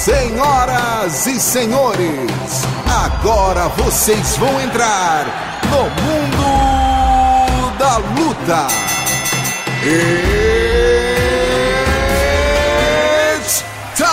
Senhoras e senhores, agora vocês vão entrar no mundo da luta. It's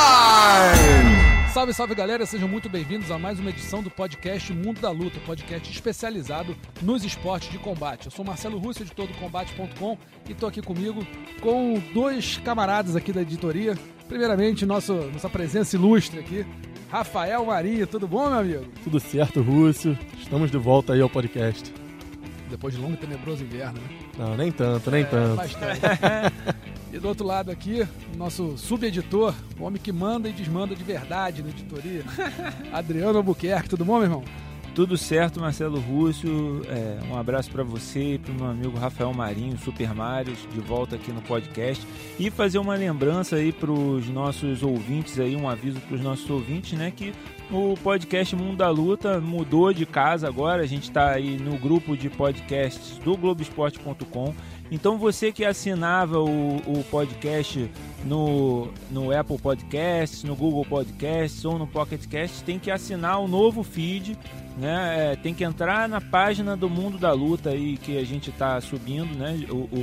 time! Salve, salve galera, sejam muito bem-vindos a mais uma edição do podcast Mundo da Luta, podcast especializado nos esportes de combate. Eu sou Marcelo Russo, editor do Combate.com, e estou aqui comigo com dois camaradas aqui da editoria. Primeiramente, nossa presença ilustre aqui, Rafael Marinho. Tudo bom, meu amigo? Tudo certo, Russo. Estamos de volta aí ao podcast. Depois de longo e tenebroso inverno, né? Não, nem tanto, nem tanto. Bastante. E do outro lado aqui, nosso subeditor, o homem que manda e desmanda de verdade na editoria, Adriano Albuquerque. Tudo bom, meu irmão? Tudo certo, Marcelo Russo. Um abraço para você e para o meu amigo Rafael Marinho, Super Mario, de volta aqui no podcast. E fazer uma lembrança aí para os nossos ouvintes, aí, um aviso para os nossos ouvintes, né, que o podcast Mundo da Luta mudou de casa agora. A gente está aí no grupo de podcasts do Globoesporte.com. Então você que assinava o podcast no Apple Podcasts, no Google Podcasts ou no Pocket Casts, tem que assinar o novo feed, né? Tem que entrar na página do Mundo da Luta aí que a gente está subindo, né?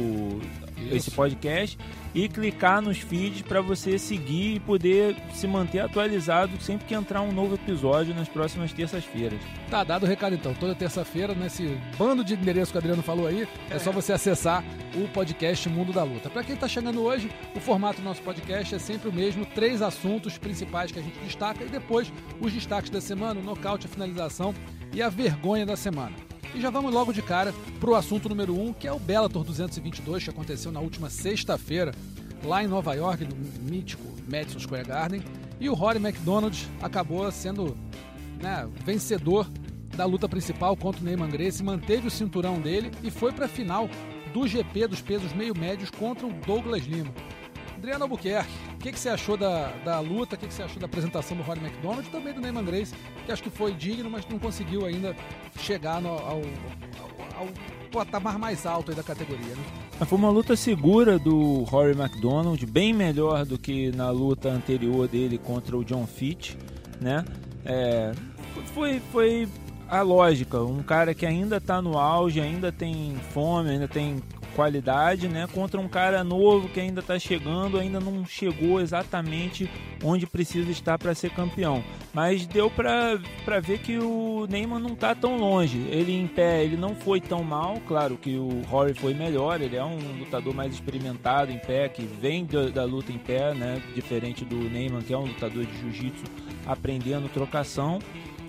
Esse podcast, e clicar nos feeds para você seguir e poder se manter atualizado sempre que entrar um novo episódio nas próximas terças-feiras. Tá dado o recado então, toda terça-feira, nesse bando de endereço que o Adriano falou aí, é só você acessar o podcast Mundo da Luta. Para quem tá chegando hoje, o formato do nosso podcast é sempre o mesmo, 3 assuntos principais que a gente destaca e depois os destaques da semana, o nocaute, a finalização e a vergonha da semana. E já vamos logo de cara pro assunto número 1, que é o Bellator 222, que aconteceu na última sexta-feira, lá em Nova York, no mítico Madison Square Garden. E o Rory MacDonald acabou sendo, né, vencedor da luta principal contra o Neyman Gracie, manteve o cinturão dele e foi para a final do GP dos pesos meio-médios contra o Douglas Lima. Adriano Albuquerque, o que você achou da luta, o que você achou da apresentação do Rory MacDonald e também do Neyman Gracie, que acho que foi digno, mas não conseguiu ainda chegar ao patamar mais alto aí da categoria, né? Foi uma luta segura do Rory MacDonald, bem melhor do que na luta anterior dele contra o John Fitch, né? Foi a lógica, um cara que ainda está no auge, ainda tem fome, ainda tem qualidade, né, contra um cara novo que ainda está chegando, ainda não chegou exatamente onde precisa estar para ser campeão, mas deu para ver que o Neyman não está tão longe. Ele em pé, ele não foi tão mal, claro que o Rory foi melhor, ele é um lutador mais experimentado em pé, que vem da luta em pé, né, diferente do Neyman, que é um lutador de jiu-jitsu aprendendo trocação.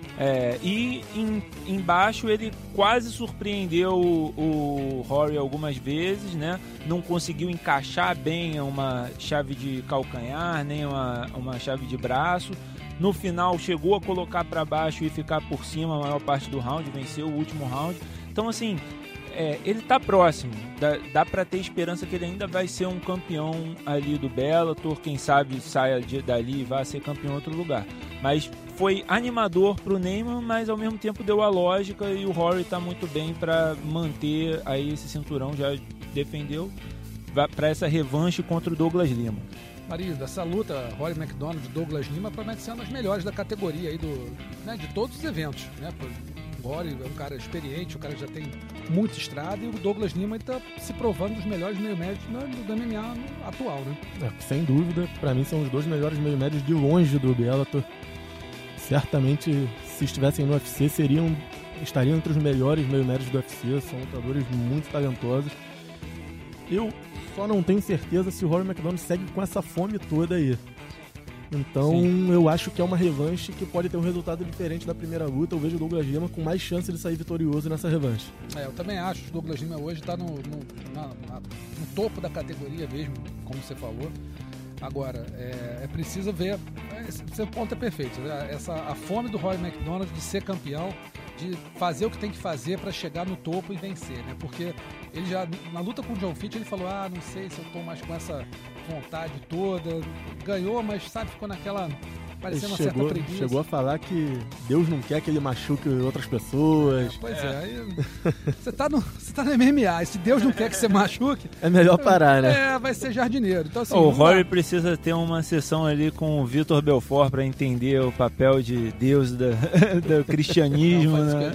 E embaixo ele quase surpreendeu o Rory algumas vezes, né? Não conseguiu encaixar bem uma chave de calcanhar, nem uma chave de braço. No final chegou a colocar para baixo e ficar por cima a maior parte do round, venceu o último round. Então assim, ele tá próximo, dá para ter esperança que ele ainda vai ser um campeão ali do Bellator, quem sabe saia dali e vá ser campeão em outro lugar. Mas foi animador pro Neyman, mas ao mesmo tempo deu a lógica e o Rory tá muito bem para manter aí esse cinturão, já defendeu para essa revanche contra o Douglas Lima. Marinho, dessa luta, Rory MacDonald e Douglas Lima promete ser uma das melhores da categoria aí de todos os eventos, né? O Rory é um cara experiente, o cara já tem muita estrada, e o Douglas Lima está se provando dos melhores meio-médios do MMA atual, né? Sem dúvida, para mim são os dois melhores meio-médios de longe do Bellator. Certamente, se estivessem no UFC, estariam entre os melhores meio-médios do UFC, são lutadores muito talentosos. Eu só não tenho certeza se o Rory MacDonald segue com essa fome toda aí. Então, sim, eu acho que é uma revanche que pode ter um resultado diferente da primeira luta. Eu vejo o Douglas Lima com mais chance de sair vitorioso nessa revanche. Eu também acho que o Douglas Lima hoje está no topo da categoria mesmo, como você falou. Agora, é preciso ver, seu ponto é perfeito, né? A fome do Rory MacDonald de ser campeão, de fazer o que tem que fazer para chegar no topo e vencer, né? Porque ele já, na luta com o John Fitch, ele falou, não sei se eu tô mais com essa vontade toda, ganhou, mas sabe, ficou naquela parecia uma Ele certa preguiça. chegou a falar que Deus não quer que ele machuque outras pessoas. Pois é, aí você tá no MMA, e se Deus não quer que você machuque... É melhor parar, né? Vai ser jardineiro. Então, assim, O Rory precisa ter uma sessão ali com o Vitor Belfort para entender o papel de Deus do cristianismo, né?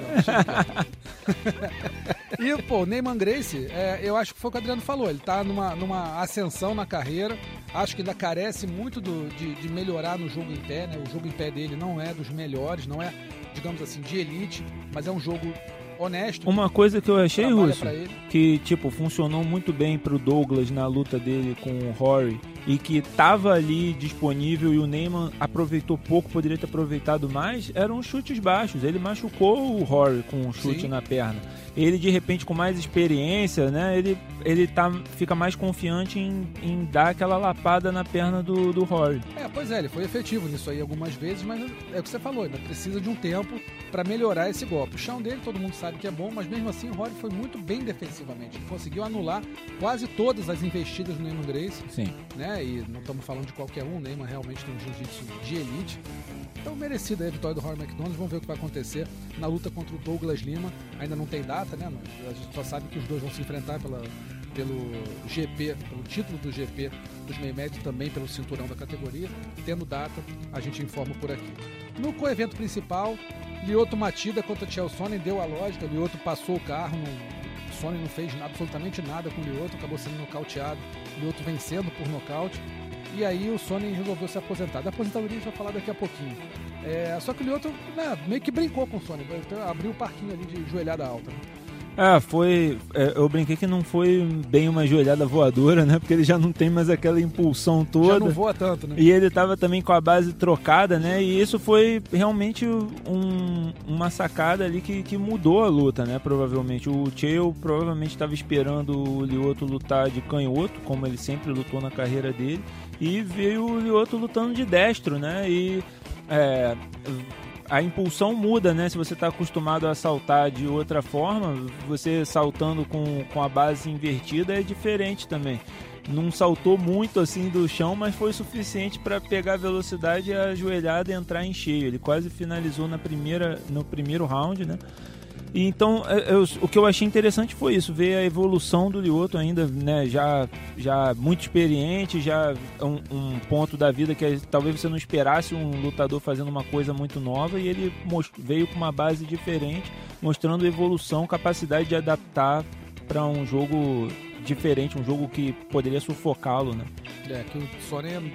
E, pô, o Neyman Gracie, eu acho que foi o que o Adriano falou, ele tá numa ascensão na carreira, acho que ainda carece muito de melhorar no jogo em pé, né? O jogo em pé dele não é dos melhores, não é, digamos assim, de elite, mas é um jogo honesto. Uma coisa que eu achei, trabalha Russo, pra ele. que tipo funcionou muito bem pro Douglas na luta dele com o Rory e que tava ali disponível e o Neyman aproveitou pouco, poderia ter aproveitado mais, eram os chutes baixos. Ele machucou o Rory com um chute Sim. na perna. Ele, de repente, com mais experiência, né, ele fica mais confiante em dar aquela lapada na perna do Rory. Pois é, ele foi efetivo nisso aí algumas vezes, mas é o que você falou, ainda precisa de um tempo para melhorar esse golpe. O chão dele todo mundo sabe que é bom, mas mesmo assim o Rory foi muito bem defensivamente. Ele conseguiu anular quase todas as investidas do Neyman Gracie. Sim. Né? E não estamos falando de qualquer um, o Neyman realmente tem um jiu-jitsu de elite. Então merecida aí a vitória do Rory MacDonald. Vamos ver o que vai acontecer na luta contra o Douglas Lima. Ainda não tem data, né? Mas a gente só sabe que os dois vão se enfrentar pelo GP, pelo título do GP dos meio médios, também pelo cinturão da categoria. Tendo data, a gente informa por aqui. No coevento principal, Lyoto Machida contra Chael Sonnen, deu a lógica, Lyoto passou o carro, o Sonnen não fez absolutamente nada com o Lyoto, acabou sendo nocauteado, Lyoto vencendo por nocaute, e aí o Sonnen resolveu se aposentar. Da aposentadoria a gente vai falar daqui a pouquinho. Só que o Lyoto meio que brincou com o Sonnen, abriu o parquinho ali de joelhada alta. Né? Eu brinquei que não foi bem uma joelhada voadora, né? Porque ele já não tem mais aquela impulsão toda. Já não voa tanto, né? E ele tava também com a base trocada, né? E isso foi realmente uma sacada ali que mudou a luta, né? Provavelmente. O Chael provavelmente estava esperando o Lyoto lutar de canhoto, como ele sempre lutou na carreira dele. E veio o Lyoto lutando de destro, né? E... a impulsão muda, né? Se você está acostumado a saltar de outra forma, você saltando com a base invertida é diferente também. Não saltou muito assim do chão, mas foi suficiente para pegar a velocidade e a joelhada entrar em cheio. Ele quase finalizou no primeiro round, né? E então, o que eu achei interessante foi isso, ver a evolução do Lyoto ainda, né, já muito experiente, já um ponto da vida que talvez você não esperasse um lutador fazendo uma coisa muito nova, e ele veio com uma base diferente, mostrando evolução, capacidade de adaptar para um jogo diferente, um jogo que poderia sufocá-lo, né? Que o Sonnen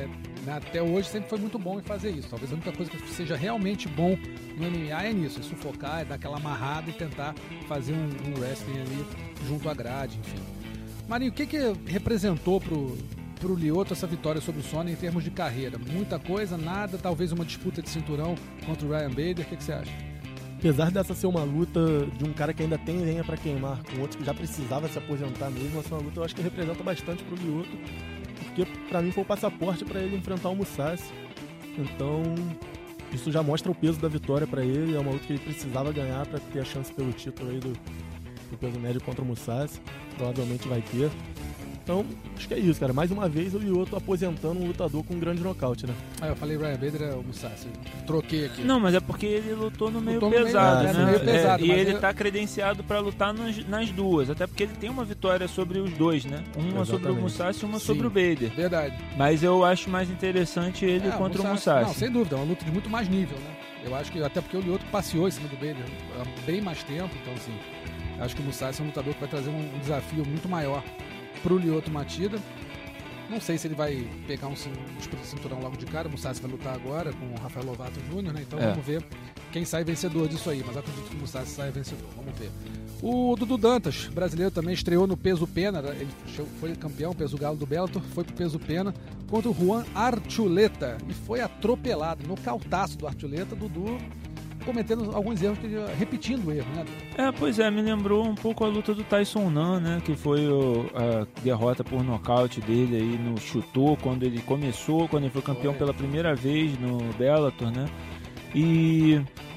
até hoje sempre foi muito bom em fazer isso. Talvez a única coisa que seja realmente bom no MMA é nisso, é sufocar, é dar aquela amarrada e tentar fazer um wrestling ali junto à grade, enfim. Marinho, o que representou pro Lyoto essa vitória sobre o Sonnen em termos de carreira? Muita coisa, nada, talvez uma disputa de cinturão contra o Ryan Bader, o que você acha? Apesar dessa ser uma luta de um cara que ainda tem lenha pra queimar, com outro que já precisava se aposentar mesmo, essa é uma luta eu acho que representa bastante pro Lyoto, porque pra mim foi o passaporte pra ele enfrentar o Mousasi. Então isso já mostra o peso da vitória pra ele, é uma luta que ele precisava ganhar pra ter a chance pelo título aí do peso médio contra o Mousasi, provavelmente vai ter. Então, acho que é isso, cara. Mais uma vez o Lyoto aposentando um lutador com um grande nocaute, né? Eu falei Ryan Bader é o Mousasi. Troquei aqui. Não, mas é porque ele lutou no meio pesado, né? No meio pesado, e ele tá credenciado pra lutar nas duas. Até porque ele tem uma vitória sobre os dois, né? Uma Exatamente. sobre o Mousasi e uma sobre o Bader. Verdade. Mas eu acho mais interessante ele contra o Mousasi. Não, sem dúvida. É uma luta de muito mais nível, né? Eu acho que até porque o Lyoto passeou em cima do Bader há bem mais tempo. Então, assim, acho que o Mousasi é um lutador que vai trazer um desafio muito maior pro Lyoto Machida. Não sei se ele vai pegar um disputa de cinturão logo de cara. O Mousasi vai lutar agora com o Rafael Lovato Jr., né? Então vamos ver quem sai vencedor disso aí. Mas acredito que o Mousasi sai vencedor. Vamos ver. O Dudu Dantas, brasileiro, também estreou no peso pena. Ele foi campeão, peso galo do Bellator. Foi pro peso pena contra o Juan Archuleta. E foi atropelado. Nocautaço do Archuleta. Dudu cometendo alguns erros, repetindo o erro, né? Pois é, me lembrou um pouco a luta do Tyson Nunn, né? Que foi a derrota por nocaute dele aí no Chutô, quando ele começou, quando ele foi campeão pela primeira vez no Bellator, né? E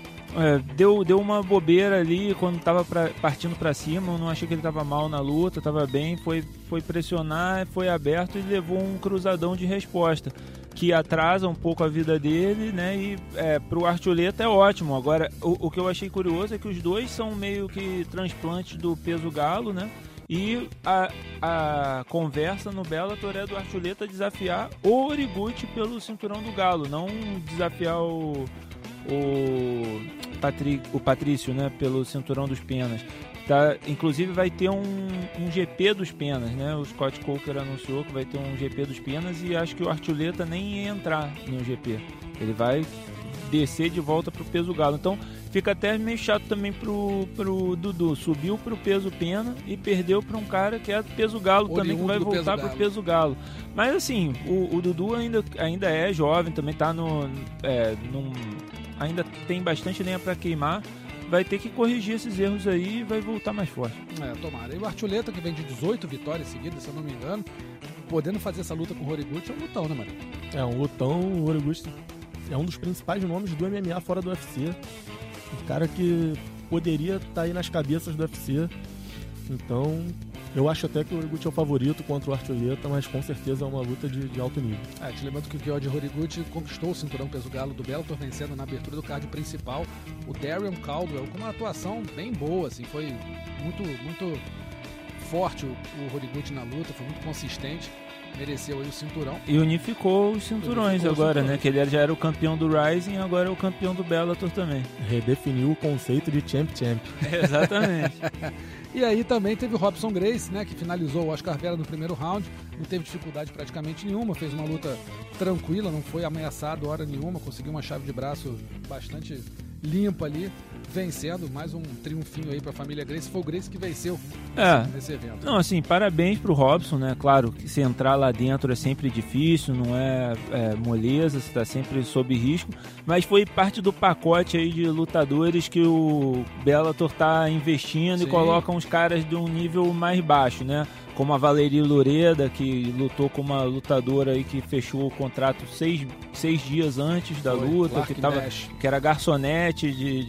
deu uma bobeira ali quando tava partindo pra cima. Eu não achei que ele tava mal na luta, tava bem, foi pressionar, foi aberto e levou um cruzadão de resposta. que atrasa um pouco a vida dele, né? E pro Archuleta é ótimo. Agora, o que eu achei curioso é que os dois são meio que transplantes do peso galo, né? E a conversa no Bellator é do Archuleta desafiar o Horiguchi pelo cinturão do galo, não desafiar o Patrício, né? Pelo cinturão dos penas. Tá, inclusive vai ter um GP dos penas, né? O Scott Coker anunciou que vai ter um GP dos penas e acho que o Archuleta nem ia entrar no GP. Ele vai descer de volta pro peso galo. Então fica até meio chato também pro Dudu. Subiu pro peso pena e perdeu para um cara que é do peso galo também, que vai voltar pro peso galo. Mas assim, o Dudu ainda é jovem, também tá ainda tem bastante lenha para queimar. Vai ter que corrigir esses erros aí e vai voltar mais forte. Tomara. E o Archuleta, que vem de 18 vitórias seguidas, se eu não me engano, podendo fazer essa luta com o Horiguchi, é um lutão, né, mano? É um lutão. O Horiguchi é um dos principais nomes do MMA fora do UFC. Um cara que poderia estar aí nas cabeças do UFC. Então, eu acho até que o Horiguchi é o favorito contra o Archuleta, mas com certeza é uma luta de alto nível. Te lembrando que o George Horiguchi conquistou o cinturão peso galo do Bellator, vencendo na abertura do card principal o Darren Caldwell, com uma atuação bem boa, assim, foi muito forte o Horiguchi na luta, foi muito consistente, mereceu aí o cinturão. E unificou os cinturões agora, né? Que ele já era o campeão do Rising, agora é o campeão do Bellator também. Redefiniu o conceito de champ. Exatamente. E aí também teve o Robson Grace, né, que finalizou o Oscar Vera no primeiro round, não teve dificuldade praticamente nenhuma, fez uma luta tranquila, não foi ameaçado hora nenhuma, conseguiu uma chave de braço bastante limpa ali, vencendo, mais um triunfinho aí pra família Grace. Foi o Grace que venceu nesse evento. Não, assim, parabéns pro Robson, né? Claro que se entrar lá dentro é sempre difícil, não é moleza, você tá sempre sob risco, mas foi parte do pacote aí de lutadores que o Bellator tá investindo. Sim. E coloca uns caras de um nível mais baixo, né? Como a Valerie Loureda, que lutou com uma lutadora aí que fechou o contrato 6 dias antes da luta, que era garçonete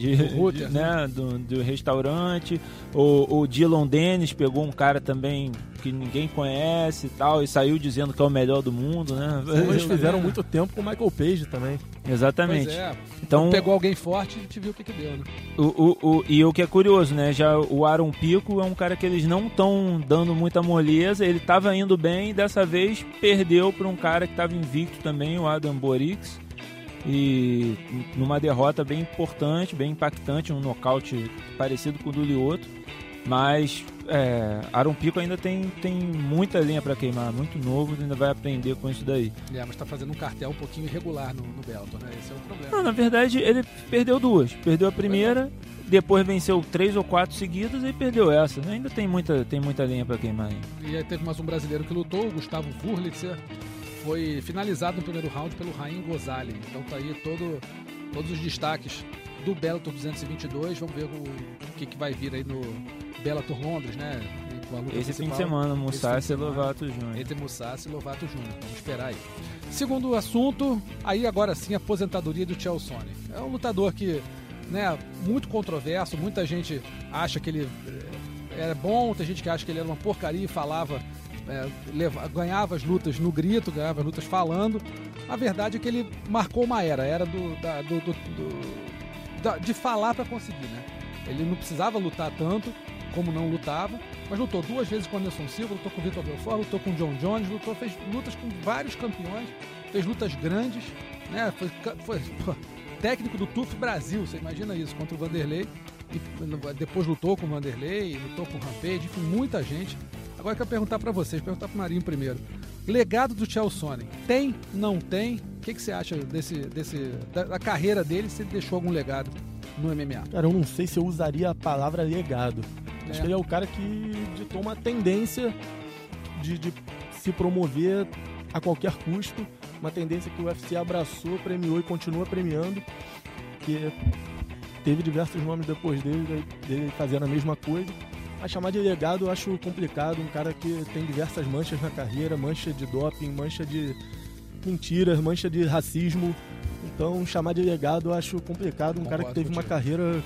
do restaurante. O Dylan Dennis pegou um cara também que ninguém conhece e tal, e saiu dizendo que é o melhor do mundo, né? Eles fizeram muito tempo com o Michael Page também. Exatamente. Pois é. Então, pegou alguém forte e te viu o que deu, né? E o que é curioso, né? Já o Aaron Pico é um cara que eles não estão dando muita moleza, ele estava indo bem e dessa vez perdeu para um cara que estava invicto também, o Adam Borix, e numa derrota bem importante, bem impactante, um nocaute parecido com o do Lioto, mas Aaron Pico ainda tem muita lenha para queimar, muito novo, ainda vai aprender com isso daí. Mas tá fazendo um cartel um pouquinho irregular no Bellator, né? Esse é o problema. Não, na verdade ele perdeu duas, perdeu a primeira, depois venceu 3 ou 4 seguidas e perdeu essa. Ainda tem muita lenha para queimar ainda. E aí teve mais um brasileiro que lutou, o Gustavo Wurlitzer, foi finalizado no primeiro round pelo Raim Gozali. Então tá aí todos os destaques do Bellator 222. Vamos ver o que vai vir aí no Bellator Londres, né? Esse fim de semana, Mousasi e Lovato Júnior. Entre Mousasi e Lovato Júnior. Vamos esperar aí. Segundo assunto, aí agora sim, a aposentadoria do Chael Sonnen. É um lutador que, né, muito controverso, muita gente acha que ele era bom, tem gente que acha que ele era uma porcaria e falava, ganhava as lutas no grito, ganhava as lutas falando. A verdade é que ele marcou uma era de falar para conseguir, né? Ele não precisava lutar tanto como não lutava, mas lutou 2 vezes com o Anderson Silva, lutou com o Vitor Belfort, lutou com o John Jones, fez lutas com vários campeões, fez lutas grandes, né? Foi técnico do TUF Brasil, você imagina isso, contra o Vanderlei, e depois lutou com o Vanderlei, lutou com o Rampage, enfim, muita gente. Agora eu quero perguntar para vocês, perguntar para o Marinho primeiro. Legado do Chael Sonnen, tem, não tem? O que você acha da carreira dele, se ele deixou algum legado no MMA? Cara, eu não sei se eu usaria a palavra legado. Acho que ele é o cara que ditou uma tendência de se promover a qualquer custo, uma tendência que o UFC abraçou, premiou e continua premiando, que teve diversos nomes depois dele fazendo a mesma coisa. Mas chamar de legado eu acho complicado, um cara que tem diversas manchas na carreira, mancha de doping, mancha de mentiras, mancha de racismo. Então chamar de legado eu acho complicado, cara que teve uma carreira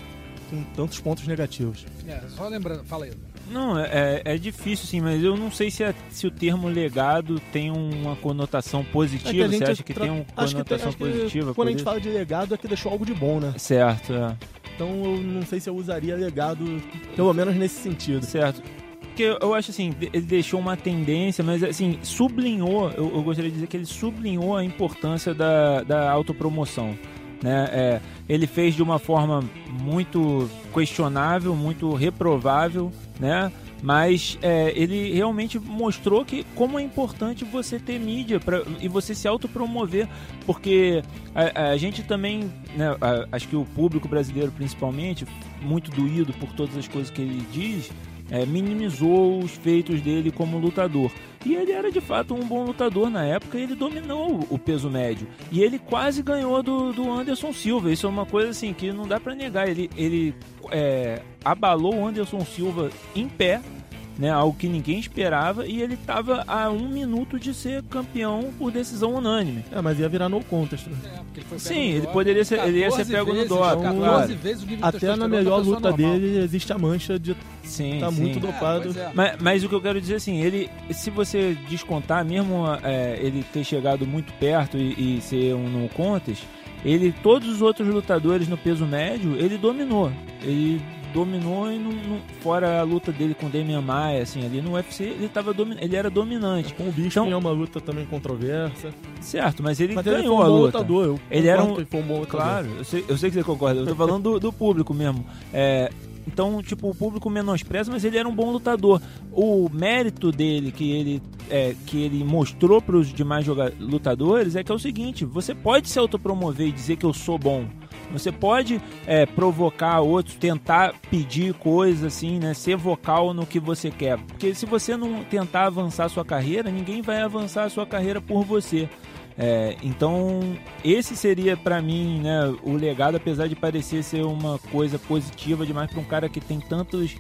com tantos pontos negativos. Só lembrando, fala aí. Não, é difícil sim, mas eu não sei se o termo legado tem uma conotação positiva. Você acha que tem uma conotação positiva? Quando a gente fala de legado é que deixou algo de bom, né? Certo, Então eu não sei se eu usaria legado, pelo menos nesse sentido. Certo. Porque eu acho assim, ele deixou uma tendência, mas assim, sublinhou, eu gostaria de dizer que ele sublinhou a importância da autopromoção. Né? Ele fez de uma forma muito questionável, muito reprovável, né? Mas ele realmente mostrou como é importante você ter mídia e você se autopromover, porque a gente também, né, acho que o público brasileiro principalmente, muito doído por todas as coisas que ele diz, minimizou os feitos dele como lutador. E ele era de fato um bom lutador na época, ele dominou o peso médio. E ele quase ganhou do Anderson Silva. Isso é uma coisa assim que não dá pra negar. Ele abalou o Anderson Silva em pé, né, algo que ninguém esperava, e ele estava a 1 minuto de ser campeão por decisão unânime. Mas ia virar no contest. Porque ele foi sim, ele poderia ser, ele ia ser pego no doping. 14 vezes o nível de até na melhor luta normal dele existe a mancha de estar muito dopado. Mas o que eu quero dizer assim, ele, se você descontar, mesmo ele ter chegado muito perto e ser um no contest, todos os outros lutadores no peso médio, ele dominou. Ele dominou e fora a luta dele com o Demian Maia, assim, ali no UFC ele era dominante. Com o Bisping é uma luta também controversa. Certo, mas ele ganhou a luta. Lutador, ele era um bom lutador. Claro, eu sei que você concorda. Eu tô falando do público mesmo. Então, tipo, o público menospreza, mas ele era um bom lutador. O mérito dele que ele mostrou para os demais lutadores é que é o seguinte: você pode se autopromover e dizer que eu sou bom. Você pode provocar outros, tentar pedir coisas assim, né? Ser vocal no que você quer. Porque se você não tentar avançar a sua carreira, ninguém vai avançar a sua carreira por você. Então, esse seria pra mim, né, o legado, apesar de parecer ser uma coisa positiva demais para um cara que tem tantos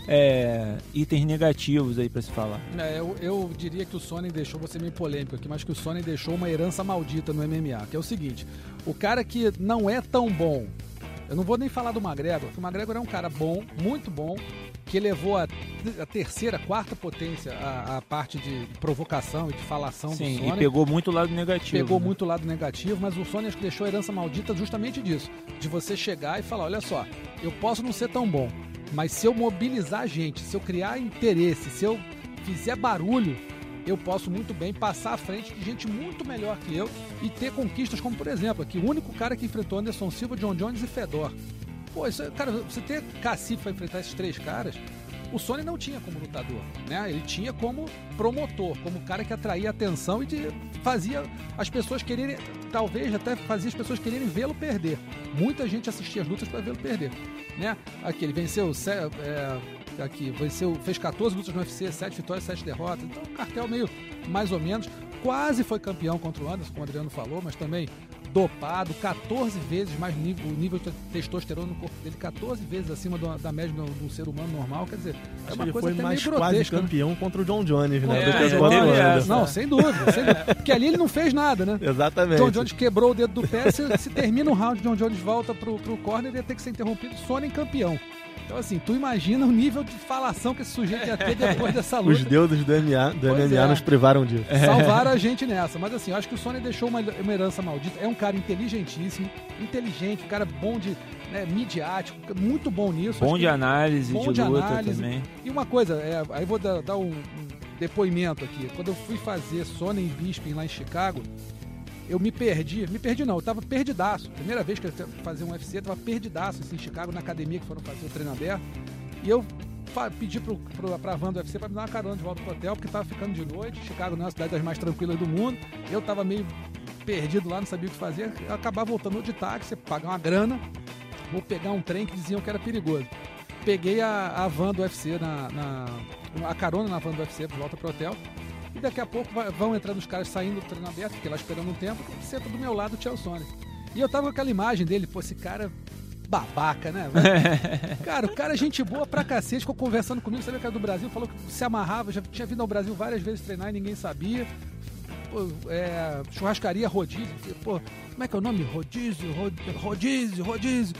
itens negativos aí pra se falar. Eu diria que o Sonnen deixou, você meio polêmico aqui, mas que o Sonnen deixou uma herança maldita no MMA, que é o seguinte: o cara que não é tão bom, eu não vou nem falar do McGregor, porque o McGregor é um cara bom, muito bom, que levou a terceira, quarta potência a parte de provocação e de falação do Sonnen. E pegou muito o lado negativo. Muito o lado negativo, mas o Sonnen acho que deixou a herança maldita justamente disso, de você chegar e falar: olha só, eu posso não ser tão bom, mas se eu mobilizar a gente, se eu criar interesse, se eu fizer barulho, eu posso muito bem passar à frente de gente muito melhor que eu e ter conquistas como, por exemplo, aqui, o único cara que enfrentou Anderson Silva, John Jones e Fedor. Pô, cara, você ter cacife para enfrentar esses 3 caras, o Sonnen não tinha como lutador, né? Ele tinha como promotor, como cara que atraía atenção e fazia as pessoas quererem, talvez até fazia as pessoas quererem vê-lo perder. Muita gente assistia as lutas para vê-lo perder, né? Aqui, ele venceu, fez 14 lutas no UFC, 7 vitórias, 7 derrotas, então um cartel meio mais ou menos. Quase foi campeão contra o Anderson, como o Adriano falou, mas também dopado, 14 vezes mais o nível de testosterona no corpo dele, 14 vezes acima da média do ser humano normal. Quer dizer, é uma coisa até meio grotesca. Ele foi mais quase campeão, né, contra o John Jones, né? Não, sem dúvida. Porque ali ele não fez nada, né? Exatamente. John Jones quebrou o dedo do pé, se termina o round, John Jones volta pro corner, ele ia ter que ser interrompido, Sonnen campeão. Então, assim, tu imagina o nível de falação que esse sujeito ia ter depois dessa luta. Os deuses do MMA nos privaram disso. Salvaram a gente nessa. Mas, assim, eu acho que o Sonnen deixou uma herança maldita. É um cara inteligentíssimo, inteligente, um cara bom de, midiático, muito bom nisso. Bom de análise, de luta também. E uma coisa, aí vou dar um depoimento aqui. Quando eu fui fazer Sonnen e Bisping lá em Chicago, eu me perdi não, eu tava perdidaço. Primeira vez que eu ia fazer um UFC, eu tava perdidaço assim, em Chicago, na academia que foram fazer o treino aberto. E eu pedi pra van do UFC pra me dar uma carona de volta pro hotel, porque tava ficando de noite. Chicago não é uma cidade das mais tranquilas do mundo. Eu tava meio perdido lá, não sabia o que fazer. Eu acabava voltando de táxi, pagar uma grana, vou pegar um trem que diziam que era perigoso. Peguei a van do UFC, a carona na van do UFC de volta pro hotel. E daqui a pouco vão entrando os caras saindo do treino aberto, porque lá esperando um tempo, senta do meu lado o Chael Sonnen. E eu tava com aquela imagem dele, pô, esse cara babaca, né? Cara, o cara é gente boa pra cacete, ficou conversando comigo, sabia que era do Brasil, falou que se amarrava, já tinha vindo ao Brasil várias vezes treinar e ninguém sabia. Pô, churrascaria rodízio, pô, como é que é o nome? Rodízio.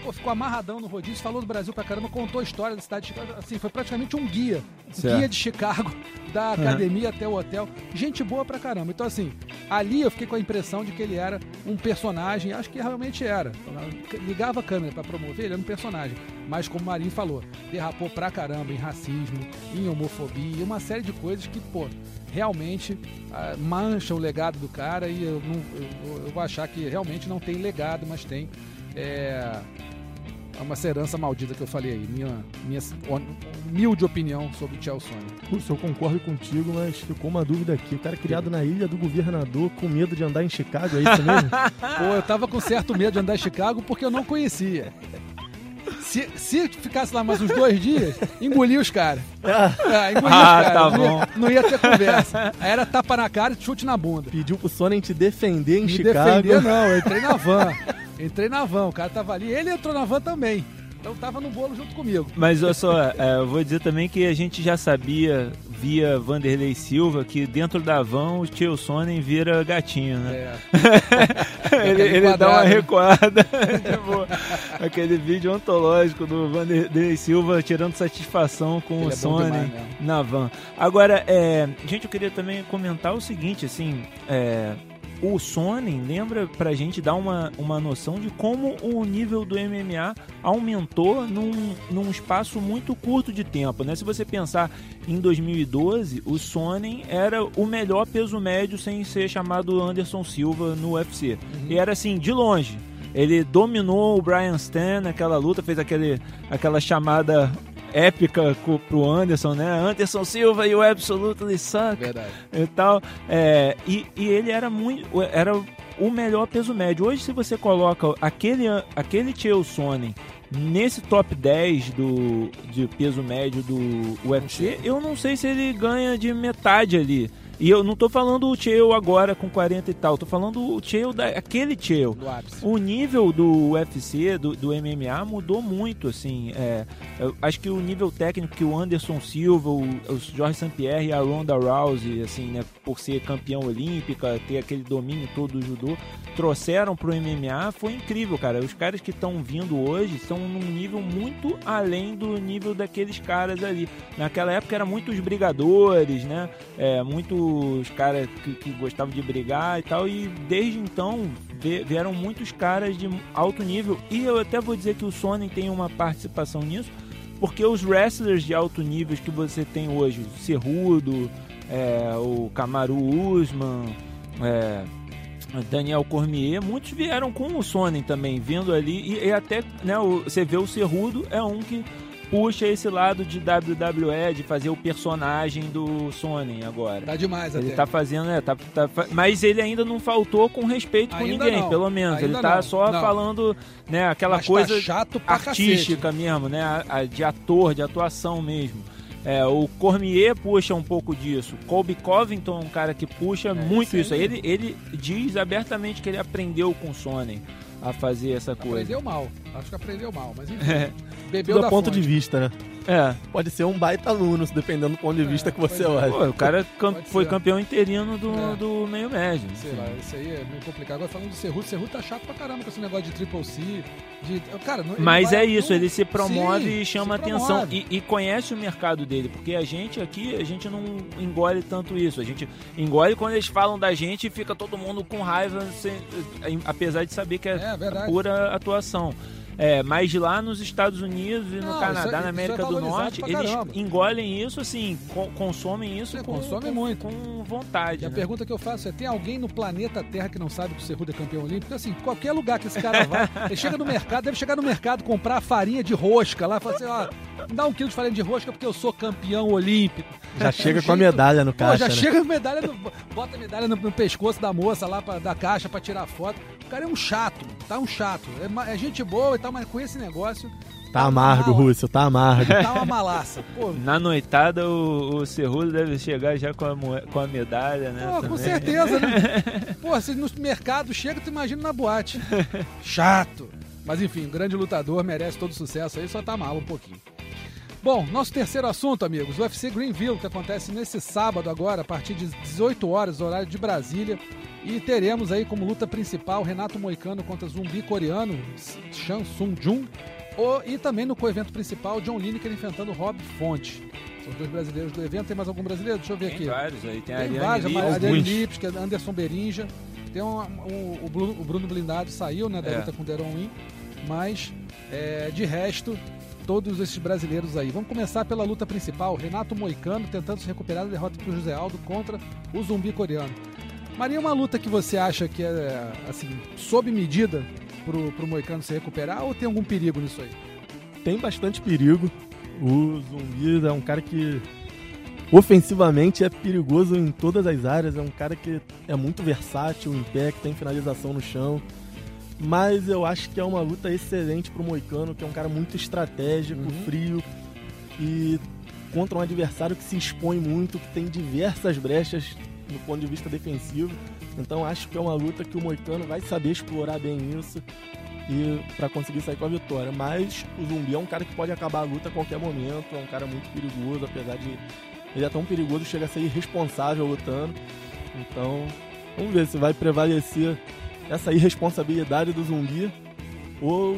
Pô, ficou amarradão no rodízio, falou do Brasil pra caramba, contou a história da cidade de Chicago. Assim, foi praticamente um guia. Certo. Guia de Chicago, da academia até o hotel. Gente boa pra caramba. Então, assim, ali eu fiquei com a impressão de que ele era um personagem, acho que realmente era. Ligava a câmera pra promover, ele era um personagem. Mas, como o Marinho falou, derrapou pra caramba em racismo, em homofobia, uma série de coisas que, pô, realmente mancha o legado do cara, e eu vou achar que realmente não tem legado, mas tem uma herança maldita que eu falei aí. Minha humilde opinião sobre o Chael Sonnen. Russo, eu concordo contigo, mas ficou uma dúvida aqui. O cara é criado na ilha do governador, com medo de andar em Chicago, é isso mesmo? Pô, eu tava com certo medo de andar em Chicago porque eu não conhecia. Se ficasse lá mais uns 2 dias, engolia os caras. Engolia os caras. Tá bom. Não ia ter conversa. Aí era tapa na cara e chute na bunda. Pediu pro Sonnen te defender em Chicago. Defender não, eu entrei na van. O cara tava ali, ele entrou na van também. Então tava no bolo junto comigo. Mas olha só, eu vou dizer também que a gente já sabia, via Vanderlei Silva, que dentro da van o Chael Sonnen vira gatinho, né? Ele dá uma recuada. Tipo, aquele vídeo ontológico do Vanderlei Silva tirando satisfação com o Sonnen na van. Agora, gente, eu queria também comentar o seguinte, assim, o Sonnen lembra pra gente dar uma noção de como o nível do MMA aumentou num espaço muito curto de tempo, né? Se você pensar em 2012, o Sonnen era o melhor peso médio sem ser chamado Anderson Silva no UFC. E era assim, de longe. Ele dominou o Brian Stann naquela luta, fez aquela chamada épica pro Anderson, né? Anderson Silva, you absolutely suck. Verdade. E tal. E ele era o melhor peso médio. Hoje, se você coloca aquele Chael Sonnen nesse top 10 de peso médio do UFC, eu não sei se ele ganha de metade ali. E eu não tô falando o Chael agora com 40 e tal, tô falando o Chael aquele Chael. O nível do UFC, do MMA mudou muito, assim. Eu acho que o nível técnico que o Anderson Silva, o Jorge St. Pierre e a Ronda Rousey, assim, né, por ser campeão olímpica, ter aquele domínio todo do judô, trouxeram pro MMA, foi incrível, cara. Os caras que estão vindo hoje estão num nível muito além do nível daqueles caras ali. Naquela época eram muitos brigadores, né? Muitos caras que gostavam de brigar e tal, e desde então vieram muitos caras de alto nível, e eu até vou dizer que o Sonnen tem uma participação nisso, porque os wrestlers de alto nível que você tem hoje, o Cerrudo, o Kamaru Usman, Daniel Cormier, muitos vieram com o Sonnen também, vindo ali, e até, né, você vê o Cerrudo é um que puxa esse lado de WWE, de fazer o personagem do Sonnen agora. Tá demais até. Ele tá fazendo, mas ele ainda não faltou com respeito com ninguém, pelo menos. Ele tá só falando, né, aquela coisa tá chato pra artística mesmo, né, de ator, de atuação mesmo. O Cormier puxa um pouco disso. Colby Covington é um cara que puxa muito isso. Ele diz abertamente que ele aprendeu com o Sonnen a fazer essa coisa. Aprendeu mal. Acho que aprendeu mal, mas enfim. Bebeu Tudo da a ponto fonte. de vista, né? Pode ser um baita aluno, dependendo do ponto de vista que você olha. Pô, o cara foi campeão interino do meio médio. Sei lá, isso aí é meio complicado. Agora falando do Cerrudo tá chato pra caramba com esse negócio de Triple C. Cara, mas ele se promove e chama atenção. E conhece o mercado dele, porque a gente aqui, a gente não engole tanto isso. A gente engole quando eles falam da gente e fica todo mundo com raiva, apesar de saber que é pura atuação. Mas lá nos Estados Unidos e no Canadá, na América do Norte, eles engolem isso, assim, consomem isso muito. Com vontade. E a pergunta que eu faço é: tem alguém no planeta Terra que não sabe que o Cerrudo é campeão olímpico? Porque, assim, qualquer lugar que esse cara vai, ele chega no mercado, deve chegar no mercado, comprar farinha de rosca lá, falar assim: me dá 1 quilo de farinha de rosca porque eu sou campeão olímpico. Já chega com a medalha no caixa, chega com a medalha, bota a medalha no pescoço da moça lá, da caixa pra tirar foto. O cara é um chato, é gente boa e tal, mas com esse negócio... Tá amargo, Russo, tá amargo. Tá uma malaça. Pô. Na noitada, o Cerrudo deve chegar já com a medalha, né? Pô, com certeza, né? Pô, se no mercado chega, tu imagina na boate. Chato. Mas enfim, um grande lutador, merece todo sucesso aí, só tá mal um pouquinho. Bom, nosso terceiro assunto, amigos, o UFC Greenville, que acontece nesse sábado agora, a partir de 18 horas, horário de Brasília. E teremos aí como luta principal Renato Moicano contra zumbi coreano, Chan Sung Jung. E também no co-evento principal, John Lineker enfrentando Rob Fonte. São os dois brasileiros do evento. Tem mais algum brasileiro? Deixa eu ver aqui. Tem vários aí. Tem vários, a Ariane Lips, que é Anderson Berinja. Tem o Bruno Blindado saiu, né, da luta com o Deron Win. Mas, de resto, todos esses brasileiros aí. Vamos começar pela luta principal. Renato Moicano tentando se recuperar da derrota para o José Aldo contra o zumbi coreano. Maria, uma luta que você acha que é, assim, sob medida pro Moicano se recuperar, ou tem algum perigo nisso aí? Tem bastante perigo. O Zumbi é um cara que ofensivamente é perigoso em todas as áreas, é um cara que é muito versátil em pé, que tem finalização no chão. Mas eu acho que é uma luta excelente pro Moicano, que é um cara muito estratégico, frio, e contra um adversário que se expõe muito, que tem diversas brechas do ponto de vista defensivo. Então acho que é uma luta que o Moicano vai saber explorar bem isso e para conseguir sair com a vitória. Mas o Zumbi é um cara que pode acabar a luta a qualquer momento, é um cara muito perigoso, apesar de ele é tão perigoso, chega a ser irresponsável lutando. Então vamos ver se vai prevalecer essa irresponsabilidade do Zumbi ou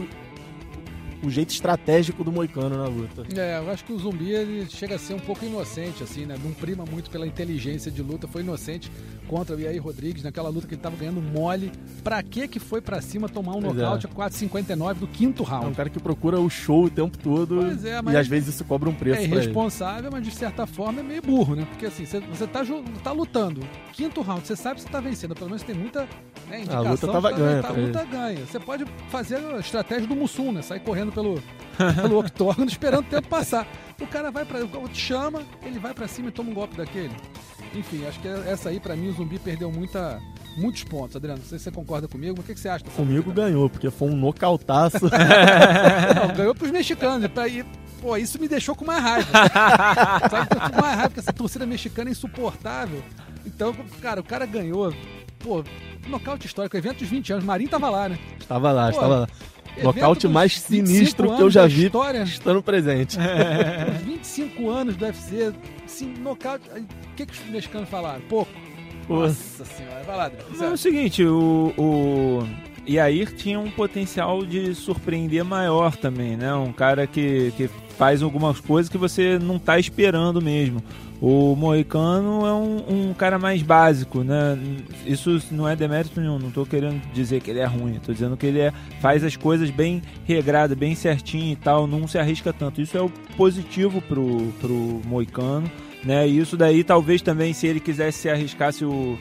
o jeito estratégico do Moicano na luta. Eu acho que o Zumbi ele chega a ser um pouco inocente, assim, né? Não prima muito pela inteligência de luta, foi inocente contra o Yair Rodrigues naquela luta que ele tava ganhando mole. Pra que foi pra cima tomar um nocaute a 4,59 do quinto round? É um cara que procura o show o tempo todo e às vezes isso cobra um preço pra ele. É irresponsável, mas de certa forma é meio burro, né? Porque assim, você tá lutando, quinto round, você sabe que você tá vencendo, pelo menos tem muita indicação. A luta tava ganha. A luta ganha. Você pode fazer a estratégia do Mussum, né? Sair correndo pelo octógono esperando o tempo passar. O cara te chama, ele vai pra cima e toma um golpe daquele. Enfim, acho que essa aí pra mim o Zumbi perdeu muitos pontos. Adriano, não sei se você concorda comigo, mas o que você acha? Comigo ganhou, porque foi um nocautaço. Não, ganhou pros mexicanos. Pô, isso me deixou com mais raiva. Sabe, eu tô com mais raiva, porque essa torcida mexicana é insuportável. Então, cara, o cara ganhou. Pô, nocaute histórico, evento dos 20 anos. Marinho tava lá, né? Estava lá. Nocaute mais sinistro que eu já vi estando presente. Os 25 anos do UFC, assim, nocaute. O que os mexicanos falaram? Pouco. Nossa senhora, vai lá. É o seguinte, o Yair tinha um potencial de surpreender maior também, né? Um cara que faz algumas coisas que você não tá esperando mesmo. O Moicano é um cara mais básico, né? Isso não é demérito nenhum, não tô querendo dizer que ele é ruim, tô dizendo que ele faz as coisas bem regrado, bem certinho e tal, não se arrisca tanto. Isso é o positivo pro Moicano, né? E isso daí talvez também, se ele quisesse se arriscar, se o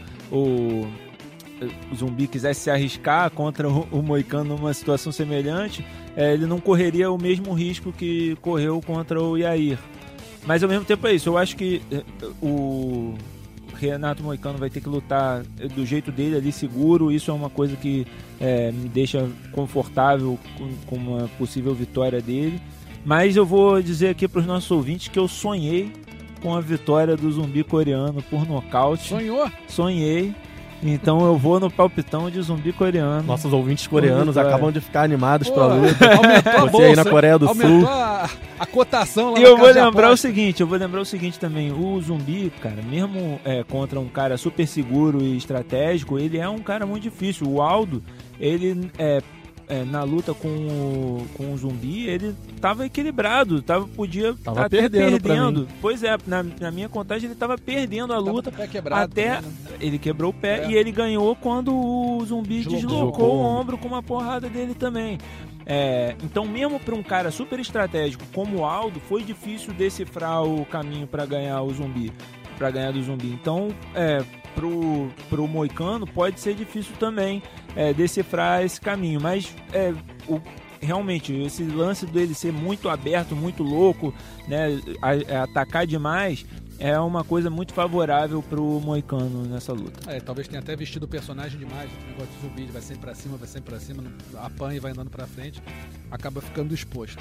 Zumbi quisesse se arriscar contra o Moicano numa situação semelhante, ele não correria o mesmo risco que correu contra o Yair. Mas ao mesmo tempo é isso, eu acho que o Renato Moicano vai ter que lutar do jeito dele ali, seguro. Isso é uma coisa que me deixa confortável com uma possível vitória dele. Mas eu vou dizer aqui para os nossos ouvintes que eu sonhei com a vitória do Zumbi coreano por nocaute. Sonhou? Sonhei. Então eu vou no palpitão de Zumbi coreano. Nossos ouvintes coreanos acabam de ficar animados pra luta. Aumentou a bolsa, aí na Coreia do Sul. Aumentou a cotação lá. E eu vou lembrar o seguinte também. O Zumbi, cara, mesmo contra um cara super seguro e estratégico, ele é um cara muito difícil. O Aldo, ele na luta com o Zumbi, ele tava equilibrado, podia tava até perdendo. Pois é, na minha contagem ele tava perdendo a luta, com o pé quebrado, até né? Ele quebrou o pé e ele ganhou quando o Zumbi deslocou o ombro com uma porrada dele também. Então mesmo para um cara super estratégico como o Aldo, foi difícil decifrar o caminho para ganhar o Zumbi, para ganhar do Zumbi. Então pro Moicano pode ser difícil também decifrar esse caminho, mas realmente esse lance dele ser muito aberto, muito louco, né, atacar demais, é uma coisa muito favorável pro Moicano nessa luta. Talvez tenha até vestido o personagem demais, o negócio de Zumbi, vai sempre pra cima, apanha e vai andando pra frente, acaba ficando exposto.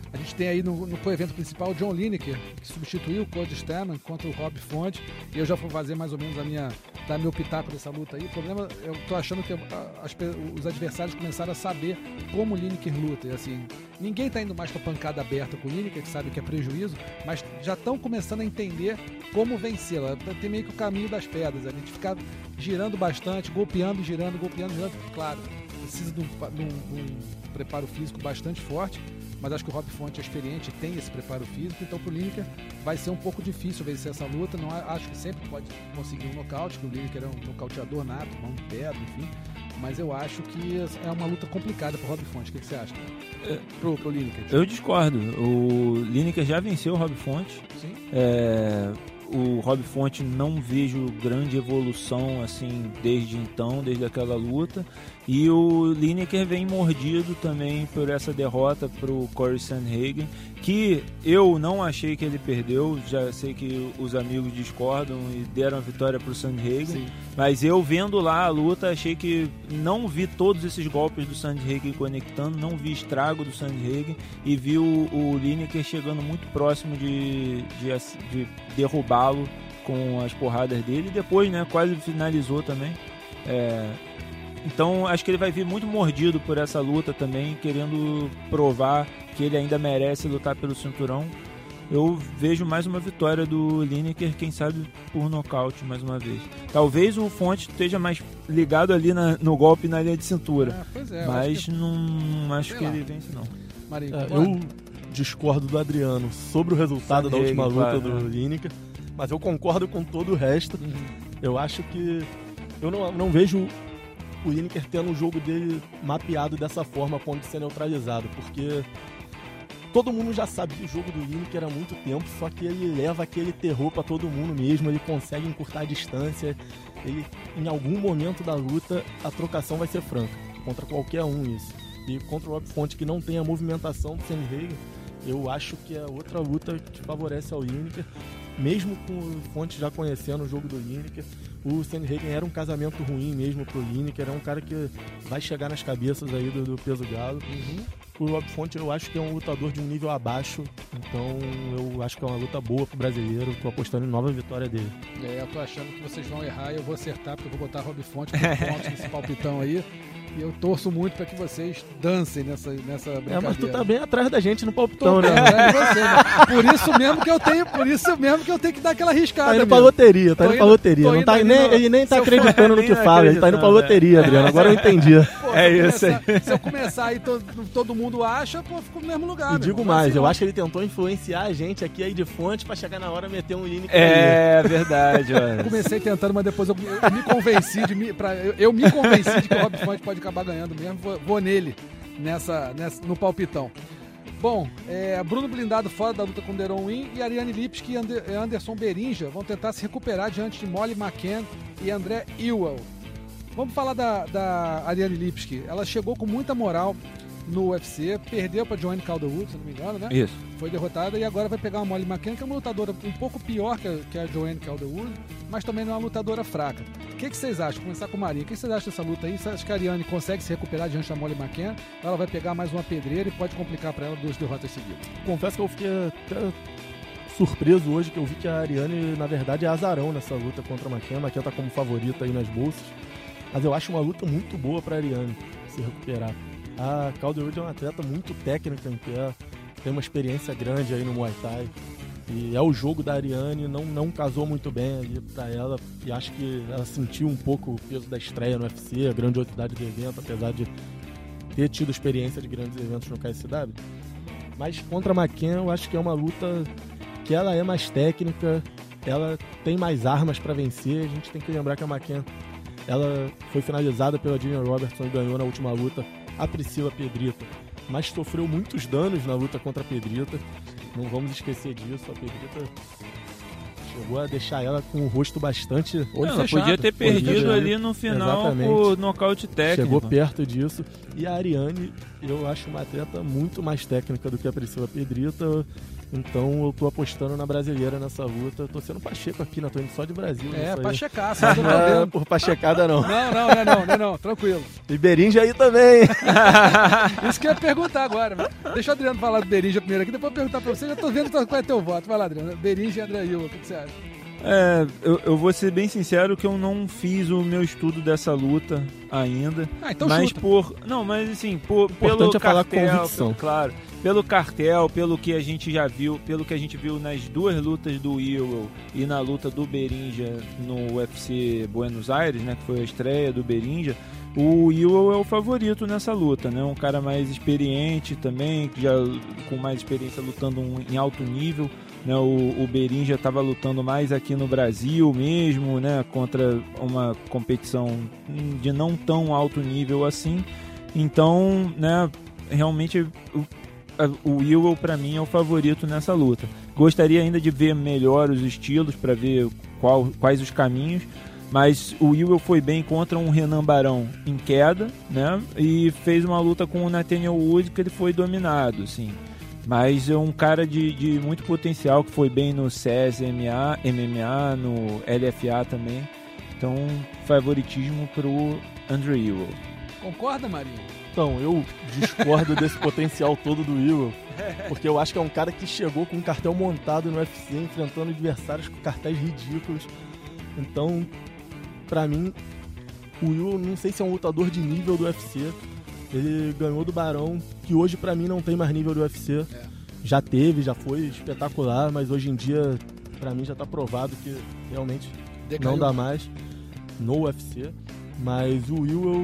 A gente tem aí no co-evento principal o John Lineker, que substituiu o Cody Stamann contra o Rob Font. E eu já vou fazer mais ou menos dar meu pitaco dessa luta aí. O problema, eu tô achando que os adversários começaram a saber como o Lineker luta. E assim, ninguém tá indo mais pra pancada aberta com o Lineker, que sabe que é prejuízo, mas já estão começando a entender como vencê-la. Tem meio que o caminho das pedras. A gente ficar girando bastante, golpeando, girando. Claro, precisa de um preparo físico bastante forte, mas acho que o Rob Font é experiente, tem esse preparo físico, então pro Lineker vai ser um pouco difícil vencer essa luta. Não acho que sempre pode conseguir um nocaute, que o Lineker é um nocauteador nato, mão de pedra, enfim, mas eu acho que é uma luta complicada pro Rob Font. O que você acha? Pro Lineker? Eu discordo. O Lineker já venceu o Rob Font. Sim. O Rob Font não vejo grande evolução assim desde aquela luta, e o Lineker vem mordido também por essa derrota pro Corey Sandhagen, que eu não achei que ele perdeu. Já sei que os amigos discordam e deram a vitória pro Sandhagen. Sim. Mas eu vendo lá a luta, achei que não vi todos esses golpes do Sandhagen conectando, não vi estrago do Sandhagen, e vi o Lineker chegando muito próximo de derrubá-lo com as porradas dele, e depois, né, quase finalizou também. Então acho que ele vai vir muito mordido por essa luta também, querendo provar que ele ainda merece lutar pelo cinturão. Eu vejo mais uma vitória do Lineker, quem sabe por nocaute mais uma vez. Talvez o Font esteja mais ligado ali no golpe na linha de cintura, mas não acho que ele vence não. Marinho, eu discordo do Adriano sobre o resultado da última luta do Lineker, mas eu concordo com todo o resto. Eu acho que eu não vejo o Lineker tendo o jogo dele mapeado dessa forma a ponto de ser neutralizado, porque todo mundo já sabia o jogo do Lineker há muito tempo, só que ele leva aquele terror pra todo mundo mesmo, ele consegue encurtar a distância, ele, em algum momento da luta a trocação vai ser franca, contra qualquer um isso. E contra o Rob Font, que não tem a movimentação do Sandhagen, eu acho que é outra luta que favorece ao Lineker, mesmo com o Font já conhecendo o jogo do Lineker. O Sandhagen era um casamento ruim mesmo pro Lineker, é um cara que vai chegar nas cabeças aí do peso galo. O Rob Font eu acho que é um lutador de um nível abaixo, então eu acho que é uma luta boa pro brasileiro, tô apostando em nova vitória dele. Eu tô achando que vocês vão errar e eu vou acertar, porque eu vou botar Rob Font por pontos nesse palpitão aí. E eu torço muito para que vocês dancem nessa brincadeira. Mas tu tá bem atrás da gente no palpitão, né? Você, né? Por isso mesmo que eu tenho que dar aquela arriscada. Tá indo pra loteria, Não tá, ele nem tá acreditando no que fala, ele tá indo pra loteria, Adriano. Agora eu entendi. Isso aí. Se eu começar aí, todo mundo acha, pô, fico no mesmo lugar. E digo mais, eu acho que ele tentou influenciar a gente aqui aí de Fonte pra chegar na hora e meter um Lineker. Verdade, olha. Comecei tentando, mas depois eu me convenci de que o Rob Font pode acabar ganhando mesmo, vou nele no palpitão. Bom, Bruno Blindado fora da luta com Deron Win, e Ariane Lipski e Anderson Berinja vão tentar se recuperar diante de Molly McCann e André Ewell. Vamos falar da Ariane Lipski. Ela chegou com muita moral no UFC, perdeu para Joanne Calderwood, se não me engano, né? Isso. Foi derrotada e agora vai pegar a Molly McCann, que é uma lutadora um pouco pior que a Joanne Calderwood, mas também não é uma lutadora fraca. O que vocês acham? Começar com o Marinho. O que vocês acham dessa luta aí? Você acha que a Ariane consegue se recuperar diante da Molly McCann? Ela vai pegar mais uma pedreira e pode complicar para ela 2 derrotas seguidas. Confesso que eu fiquei até surpreso hoje, que eu vi que a Ariane, na verdade, é azarão nessa luta contra a McCann. A McCann tá como favorita aí nas bolsas. Mas eu acho uma luta muito boa para a Ariane se recuperar. A Calderwood é uma atleta muito técnica em pé, tem uma experiência grande aí no Muay Thai. E é o jogo da Ariane, não casou muito bem ali pra ela. E acho que ela sentiu um pouco o peso da estreia no UFC, a grandiosidade do evento, apesar de ter tido experiência de grandes eventos no KSW. Mas contra a McCann, eu acho que é uma luta que ela é mais técnica, ela tem mais armas para vencer. A gente tem que lembrar que a McCann, ela foi finalizada pela Gina Robertson e ganhou na última luta a Priscila Pedrita, mas sofreu muitos danos na luta contra a Pedrita. Não vamos esquecer disso. A Pedrita chegou a deixar ela com o rosto bastante olho fechado. Podia ter perdido ali no final por nocaute técnico. Chegou perto disso. E a Ariane, eu acho uma atleta muito mais técnica do que a Priscila Pedrita. Então eu tô apostando na brasileira nessa luta. Eu tô sendo Pacheco aqui, né? Tô indo só de Brasil. Pachecaço. Não é por pachecada, não. Não, tranquilo. E Berinja aí também. Isso que eu ia perguntar agora. Deixa o Adriano falar do Berinja primeiro aqui, depois eu perguntar pra você. Já tô vendo qual é teu voto. Vai lá, Adriano. Berinja e André Iowa, o que você acha? Eu vou ser bem sincero que eu não fiz o meu estudo dessa luta ainda. Então mas chuta. mas assim, pelo é falar com cartel, convicção. claro, pelo cartel, pelo que a gente já viu, pelo que a gente viu nas duas lutas do Iowa e na luta do Berinja no UFC Buenos Aires, né, que foi a estreia do Berinja, o Iowa é o favorito nessa luta, né? Um cara mais experiente também, já com mais experiência lutando em alto nível. Né, o Berinja estava lutando mais aqui no Brasil mesmo, né, contra uma competição de não tão alto nível assim. Então, né, realmente o Iowa para mim é o favorito nessa luta. Gostaria ainda de ver melhor os estilos para ver quais os caminhos, mas o Iowa foi bem contra um Renan Barão em queda, né, e fez uma luta com o Nathaniel Wood que ele foi dominado, assim. Mas é um cara de muito potencial, que foi bem no CS, MMA, no LFA também. Então, favoritismo pro André Iowa. Concorda, Marinho? Então, eu discordo desse potencial todo do Iowa, porque eu acho que é um cara que chegou com um cartel montado no UFC, enfrentando adversários com cartéis ridículos. Então, pra mim, o Iowa não sei se é um lutador de nível do UFC. Ele ganhou do Barão, que hoje pra mim não tem mais nível do UFC. Já teve, já foi espetacular, mas hoje em dia pra mim já tá provado que realmente não dá mais no UFC. Mas o Iowa,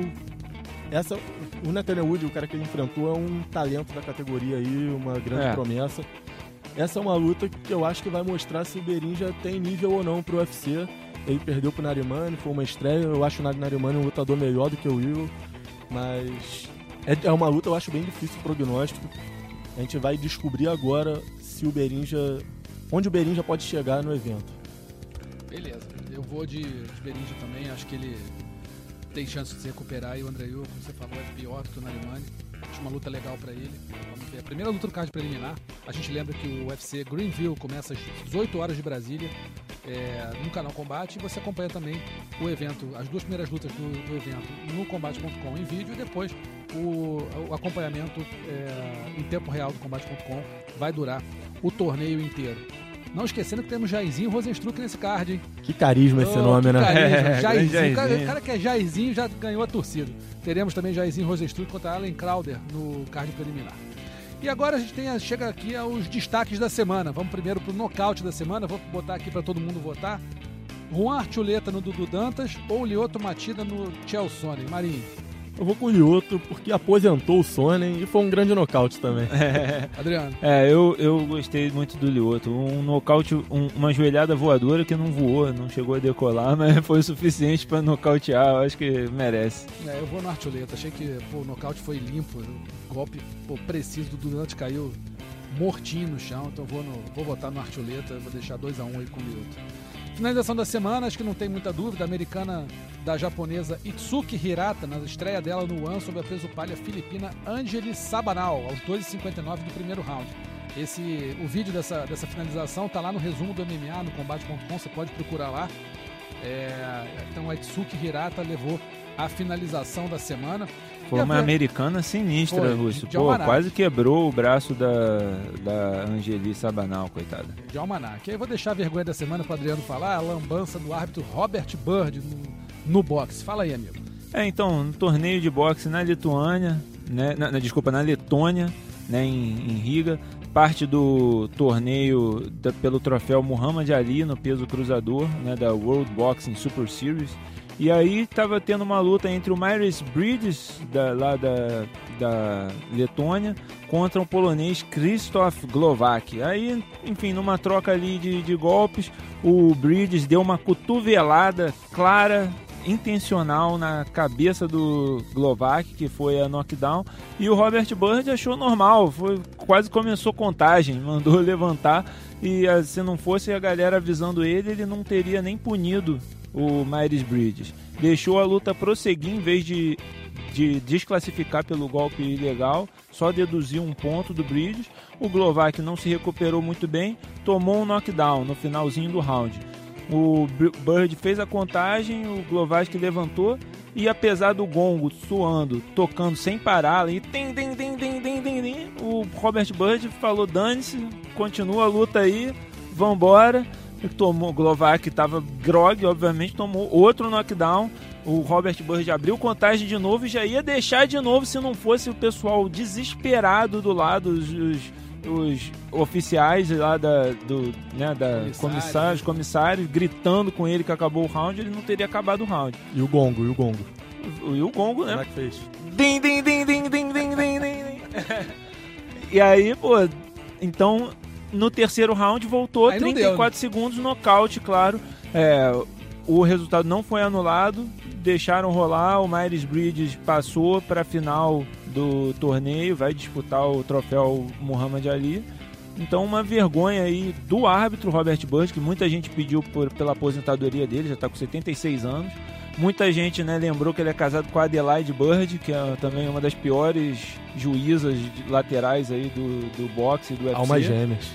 o Nathaniel Wood, o cara que ele enfrentou, é um talento da categoria aí, uma grande promessa. Essa é uma luta que eu acho que vai mostrar se o Berinja tem nível ou não pro UFC. Ele perdeu pro Narimani, foi uma estreia. Eu acho o Narimani um lutador melhor do que o Iowa, mas é uma luta, eu acho bem difícil o prognóstico. A gente vai descobrir agora se onde o Berinja pode chegar no evento. Beleza, eu vou de Berinja também, acho que ele tem chance de se recuperar e o André Iowa, como você falou, é pior do que o Narimani. Acho uma luta legal pra ele. Vamos ver. A primeira luta do card preliminar, a gente lembra que o UFC Greenville começa às 18 horas de Brasília, no canal Combate, e você acompanha também o evento, as duas primeiras lutas do evento no combate.com em vídeo, e depois o acompanhamento em tempo real do combate.com vai durar o torneio inteiro. Não esquecendo que temos Jairzinho Rosenstruck nesse card, hein? Que carisma esse nome, né? Jairzinho. O cara que é Jairzinho já ganhou a torcida. Teremos também Jairzinho Rosenstruck contra Allen Crowder no card preliminar. E agora a gente chega aqui aos destaques da semana. Vamos primeiro pro nocaute da semana. Vou botar aqui para todo mundo votar. Juan Archuleta no Dudu Dantas ou Lyoto Machida no Chael Sonnen? Marinho. Eu vou com o Lyoto porque aposentou o Sonnen e foi um grande nocaute também. Adriano. Eu gostei muito do Lyoto. Um nocaute, uma joelhada voadora que não voou, não chegou a decolar, mas foi o suficiente para nocautear. Eu acho que merece. Eu vou no Archuleta. Achei que o nocaute foi limpo. O golpe preciso do Dudu Dantas caiu mortinho no chão. Então vou votar no Archuleta. Vou deixar 2-1 aí com o Lyoto. Finalização da semana, acho que não tem muita dúvida, a americana da japonesa Itsuki Hirata, na estreia dela no One sobre a peso palha filipina Angeli Sabanal, aos 2,59 do primeiro round. O vídeo dessa finalização tá lá no resumo do MMA, no combate.com, você pode procurar lá. Então a Itsuki Hirata levou a finalização da semana. Foi uma americana sinistra, Russo. Quase quebrou o braço da Angeli Sabanal, coitada. De Almanac. Aí eu vou deixar a vergonha da semana para Adriano falar, a lambança do árbitro Robert Bird no boxe. Fala aí, amigo. Então, no torneio de boxe na Lituânia, né, na Letônia, né, em Riga, parte do torneio pelo troféu Muhammad Ali no peso cruzador, né, da World Boxing Super Series. E aí estava tendo uma luta entre o Mairis Bridges, lá da Letônia, contra o polonês Krzysztof Glowacki. Aí, enfim, numa troca ali de golpes, o Bridges deu uma cotovelada clara, intencional na cabeça do Glowacki, que foi a knockdown, e o Robert Bird achou normal, quase começou contagem, mandou levantar, e se não fosse a galera avisando ele não teria nem punido o Mairis Bridges. Deixou a luta prosseguir em vez de desclassificar pelo golpe ilegal, só deduziu um ponto do Bridges. O Glovak não se recuperou muito bem, tomou um knockdown no finalzinho do round. O Byrd fez a contagem, o Glovak levantou e apesar do gongo suando, tocando sem parar, e o Robert Byrd falou: dane-se, continua a luta aí, vambora. O Glovak estava grog, obviamente, tomou outro knockdown. O Robert Byrd abriu contagem de novo e já ia deixar de novo se não fosse o pessoal desesperado do lado, os oficiais lá comissários gritando com ele que acabou o round. Ele não teria acabado o round. E o gongo? E o gongo, né? Como é que fez? Din. E aí, pô, então no terceiro round voltou, aí 34 segundos, nocaute, claro. O resultado não foi anulado, deixaram rolar, o Myles Bridges passou para a final do torneio, vai disputar o troféu Muhammad Ali. Então uma vergonha aí do árbitro Robert Byrd, que muita gente pediu pela aposentadoria dele, já está com 76 anos. Muita gente, né, lembrou que ele é casado com a Adelaide Byrd, que é também uma das piores juízas laterais aí do boxe e do UFC. Almas gêmeas.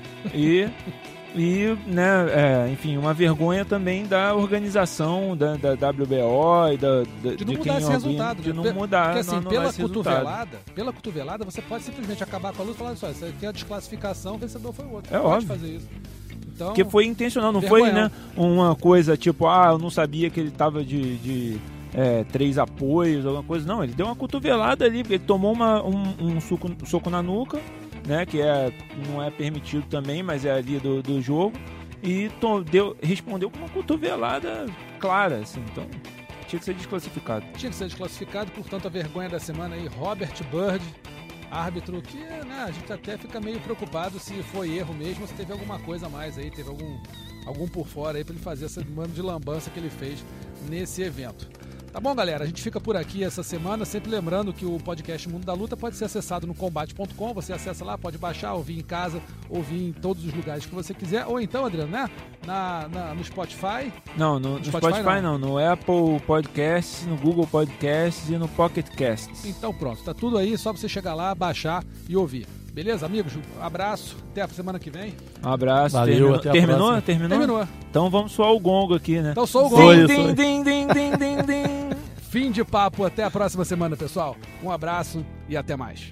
E né, enfim, uma vergonha também da organização da WBO e de não mudar esse resultado. De não mudar. Porque assim, pela cotovelada, você pode simplesmente acabar com a luta e falar só, isso aqui é a desclassificação, o vencedor foi o outro. É óbvio. Fazer isso. Então, porque foi intencional, não foi, né, uma coisa tipo, eu não sabia que ele tava de 3 apoios, alguma coisa. Não, ele deu uma cotovelada ali, ele tomou um soco na nuca, né, que não é permitido também, mas é ali do jogo, e respondeu com uma cotovelada clara, assim, então tinha que ser desclassificado. Portanto, a vergonha da semana aí, Robert Byrd, árbitro que, né, a gente até fica meio preocupado se foi erro mesmo, se teve alguma coisa a mais aí, teve algum por fora aí pra ele fazer esse mano de lambança que ele fez nesse evento. Tá bom, galera? A gente fica por aqui essa semana, sempre lembrando que o podcast Mundo da Luta pode ser acessado no combate.com, você acessa lá, pode baixar, ouvir em casa, ouvir em todos os lugares que você quiser, ou então, Adriano, né? No Spotify? Não, no Spotify não, no Apple Podcasts, no Google Podcasts e no Pocket Casts. Então pronto, tá tudo aí, só você chegar lá, baixar e ouvir. Beleza, amigos? Abraço, até a semana que vem. Um abraço. Valeu, até a próxima. Terminou? Então vamos soar o gongo aqui, né? Então soa o gongo. Din. Fim de papo, até a próxima semana, pessoal. Um abraço e até mais.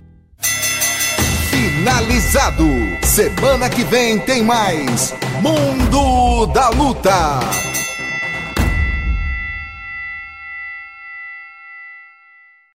Finalizado. Semana que vem tem mais Mundo da Luta.